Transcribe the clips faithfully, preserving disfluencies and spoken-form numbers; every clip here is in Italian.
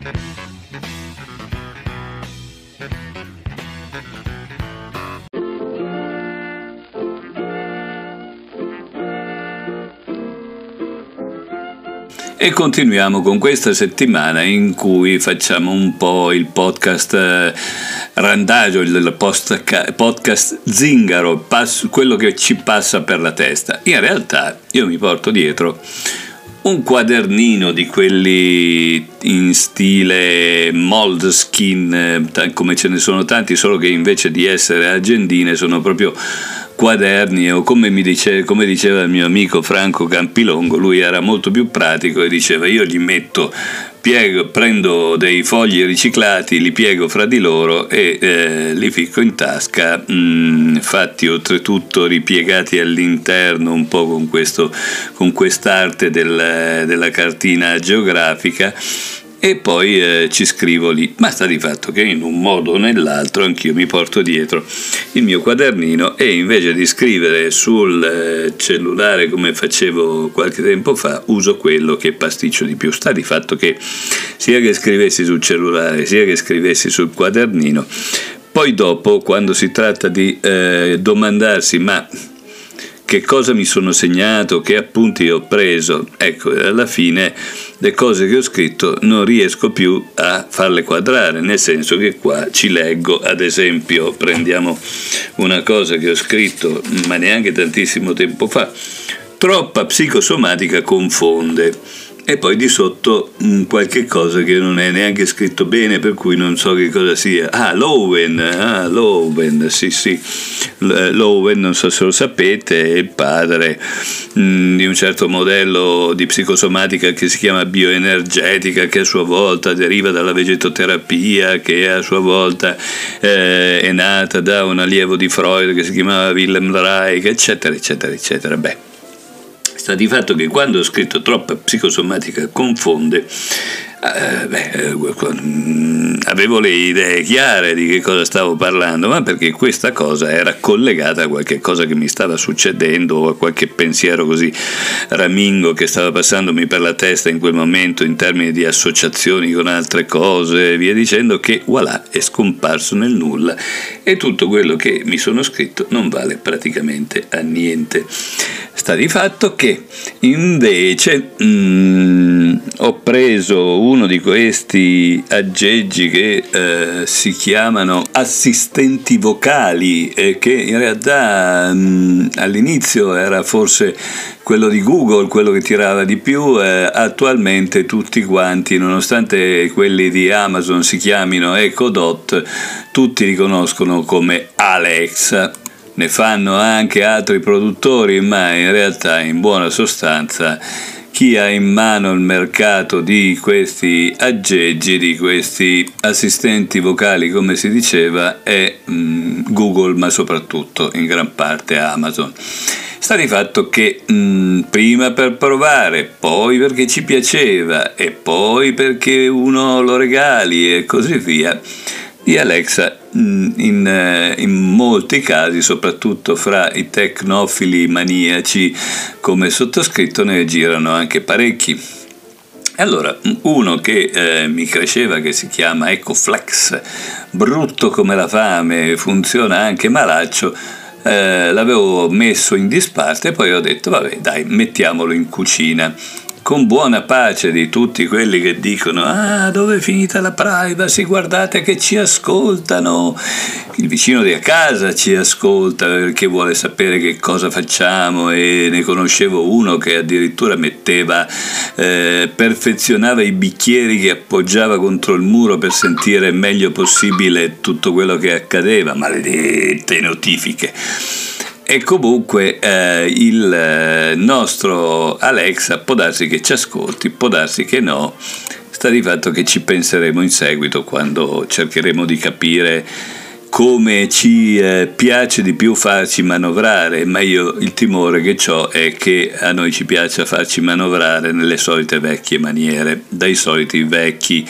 E continuiamo con questa settimana in cui facciamo un po' il podcast eh, randagio, il post, podcast zingaro, pass, quello che ci passa per la testa. In realtà io mi porto dietro un quadernino di quelli in stile Moleskine, come ce ne sono tanti, solo che invece di essere agendine sono proprio quaderni, o come mi dice, come diceva il mio amico Franco Campilongo, lui era molto più pratico e diceva: io gli metto, piego, prendo dei fogli riciclati, li piego fra di loro e eh, li ficco in tasca, mh, fatti oltretutto ripiegati all'interno un po' con questo, con quest'arte del, della cartina geografica, e poi eh, ci scrivo lì. Ma sta di fatto che in un modo o nell'altro anch'io mi porto dietro il mio quadernino e invece di scrivere sul eh, cellulare come facevo qualche tempo fa, uso quello che pasticcio di più. Sta di fatto che sia che scrivessi sul cellulare sia che scrivessi sul quadernino, poi dopo, quando si tratta di eh, domandarsi ma che cosa mi sono segnato, che appunti ho preso, ecco, alla fine le cose che ho scritto non riesco più a farle quadrare, nel senso che qua ci leggo, ad esempio, prendiamo una cosa che ho scritto ma neanche tantissimo tempo fa: troppa psicosomatica confonde. E poi di sotto mh, qualche cosa che non è neanche scritto bene, per cui non so che cosa sia. Ah, Lowen, ah, Lowen, sì sì, Lowen, non so se lo sapete, è il padre mh, di un certo modello di psicosomatica che si chiama bioenergetica, che a sua volta deriva dalla vegetoterapia, che a sua volta eh, è nata da un allievo di Freud che si chiamava Wilhelm Reich, eccetera, eccetera, eccetera. Beh, sta di fatto che quando ho scritto troppa psicosomatica confonde, eh, beh, eh, avevo le idee chiare di che cosa stavo parlando, ma perché questa cosa era collegata a qualche cosa che mi stava succedendo o a qualche pensiero così ramingo che stava passandomi per la testa in quel momento in termini di associazioni con altre cose e via dicendo, che voilà, è scomparso nel nulla e tutto quello che mi sono scritto non vale praticamente a niente. Sta di fatto che invece mh, ho preso uno di questi aggeggi che eh, si chiamano assistenti vocali e che in realtà mh, all'inizio era forse quello di Google, quello che tirava di più. Eh, attualmente tutti quanti, nonostante quelli di Amazon si chiamino Echo Dot, tutti li conoscono come Alexa. Ne fanno anche altri produttori, ma in realtà, in buona sostanza, chi ha in mano il mercato di questi aggeggi, di questi assistenti vocali, come si diceva, è mh, Google, ma soprattutto in gran parte Amazon. Sta di fatto che mh, prima per provare, poi perché ci piaceva e poi perché uno lo regali e così via, di Alexa in, in molti casi, soprattutto fra i tecnofili maniaci come sottoscritto, ne girano anche parecchi. Allora, uno che eh, mi cresceva, che si chiama EcoFlex, brutto come la fame, funziona anche malaccio, eh, l'avevo messo in disparte e poi ho detto vabbè dai, mettiamolo in cucina, con buona pace di tutti quelli che dicono ah, dove è finita la privacy, guardate che ci ascoltano, il vicino di casa ci ascolta perché vuole sapere che cosa facciamo, e ne conoscevo uno che addirittura metteva eh, perfezionava i bicchieri che appoggiava contro il muro per sentire meglio possibile tutto quello che accadeva, maledette notifiche. E comunque eh, il nostro Alexa può darsi che ci ascolti, può darsi che no, sta di fatto che ci penseremo in seguito quando cercheremo di capire come ci eh, piace di più farci manovrare, ma io il timore che ho è che a noi ci piaccia farci manovrare nelle solite vecchie maniere, dai soliti vecchi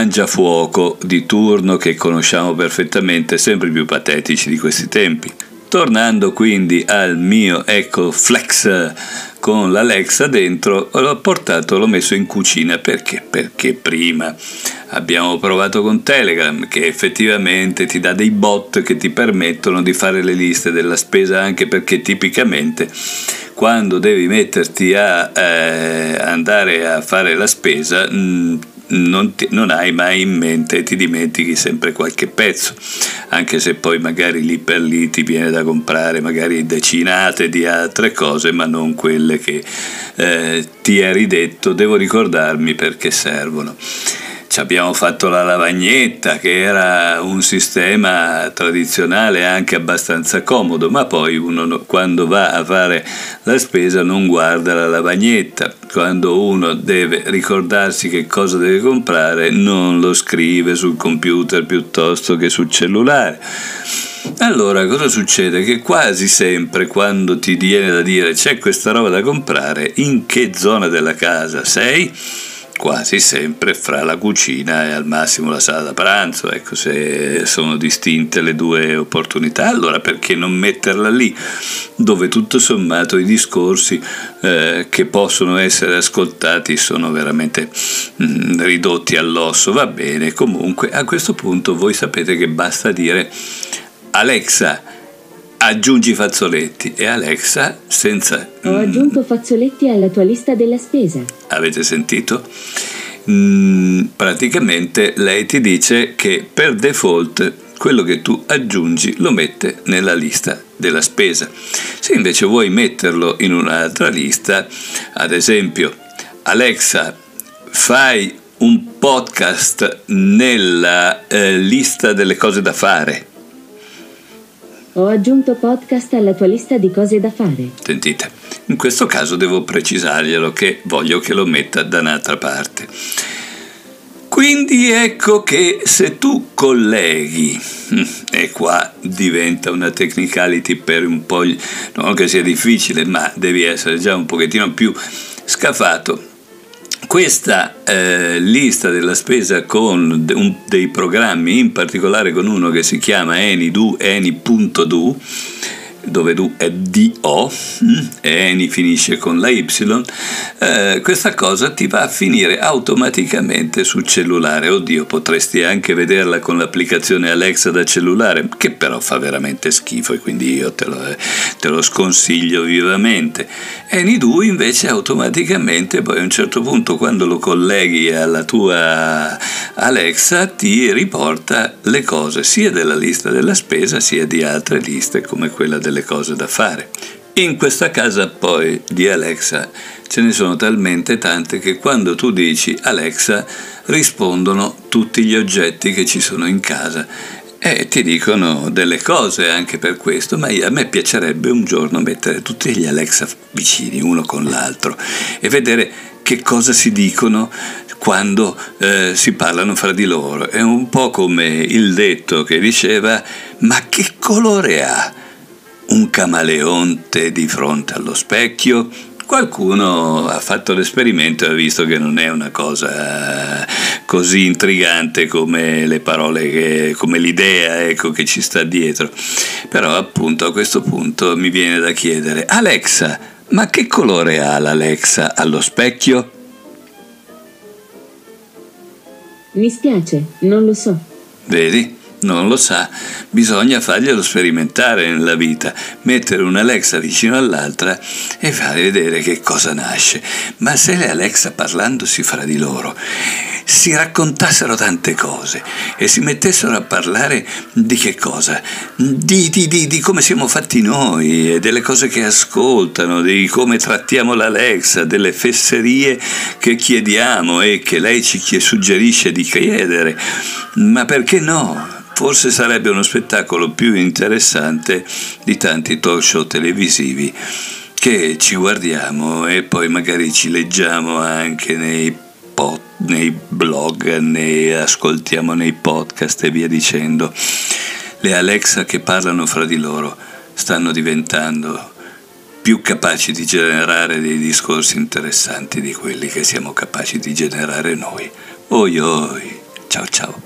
mangiafuoco di turno che conosciamo perfettamente, sempre più patetici di questi tempi. Tornando quindi al mio Echo Flex con l'Alexa dentro, l'ho portato, l'ho messo in cucina. Perché? Perché prima abbiamo provato con Telegram, che effettivamente ti dà dei bot che ti permettono di fare le liste della spesa, anche perché tipicamente quando devi metterti a eh, andare a fare la spesa mh, Non, ti, non hai mai in mente, ti dimentichi sempre qualche pezzo, anche se poi magari lì per lì ti viene da comprare magari decinate di altre cose, ma non quelle che eh, ti eri detto devo ricordarmi perché servono. Ci abbiamo fatto la lavagnetta, che era un sistema tradizionale anche abbastanza comodo, ma poi uno quando va a fare la spesa non guarda la lavagnetta. Quando uno deve ricordarsi che cosa deve comprare, non lo scrive sul computer piuttosto che sul cellulare. Allora cosa succede? Che quasi sempre quando ti viene da dire c'è questa roba da comprare, in che zona della casa sei? Quasi sempre fra la cucina e al massimo la sala da pranzo. Ecco, se sono distinte le due opportunità, allora perché non metterla lì, dove tutto sommato i discorsi eh, che possono essere ascoltati sono veramente mh, ridotti all'osso. Va bene, comunque a questo punto voi sapete che basta dire Alexa, aggiungi fazzoletti, e Alexa senza... Ho aggiunto fazzoletti alla tua lista della spesa. Avete sentito? Mm, praticamente lei ti dice che per default quello che tu aggiungi lo mette nella lista della spesa. Se invece vuoi metterlo in un'altra lista, ad esempio Alexa, fai un podcast nella eh, lista delle cose da fare. Ho aggiunto podcast alla tua lista di cose da fare. Sentite, in questo caso devo precisarglielo che voglio che lo metta da un'altra parte. Quindi ecco che se tu colleghi, e qua diventa una technicality per un po', non che sia difficile, ma devi essere già un pochettino più scafato, questa eh, lista della spesa con de, un, dei programmi, in particolare con uno che si chiama AnyDo, any punto do, dove do è D O e Any finisce con la Y, eh, questa cosa ti va a finire automaticamente sul cellulare. Oddio, potresti anche vederla con l'applicazione Alexa da cellulare, che però fa veramente schifo e quindi io te lo, te lo sconsiglio vivamente. AnyDo invece automaticamente poi a un certo punto, quando lo colleghi alla tua Alexa, ti riporta le cose sia della lista della spesa sia di altre liste come quella delle cose da fare. In questa casa poi di Alexa ce ne sono talmente tante che quando tu dici Alexa rispondono tutti gli oggetti che ci sono in casa e ti dicono delle cose anche per questo. Ma a me piacerebbe un giorno mettere tutti gli Alexa vicini uno con l'altro e vedere che cosa si dicono quando eh, si parlano fra di loro. È un po' come il detto che diceva: ma che colore ha un camaleonte di fronte allo specchio? Qualcuno ha fatto l'esperimento e ha visto che non è una cosa così intrigante come le parole, che, come l'idea, ecco, che ci sta dietro. Però appunto a questo punto mi viene da chiedere: Alexa, ma che colore ha l'Alexa allo specchio? Mi spiace, non lo so. Vedi? Non lo sa, bisogna farglielo sperimentare nella vita, mettere un'Alexa vicino all'altra e fare vedere che cosa nasce. Ma se le Alexa parlandosi fra di loro si raccontassero tante cose e si mettessero a parlare di che cosa? Di, di, di, di come siamo fatti noi e delle cose che ascoltano, di come trattiamo l'Alexa, delle fesserie che chiediamo e che lei ci suggerisce di chiedere. Ma perché no? Forse sarebbe uno spettacolo più interessante di tanti talk show televisivi che ci guardiamo e poi magari ci leggiamo anche nei, pod, nei blog, ne ascoltiamo nei podcast e via dicendo. Le Alexa che parlano fra di loro stanno diventando più capaci di generare dei discorsi interessanti di quelli che siamo capaci di generare noi. Oi oi, ciao ciao.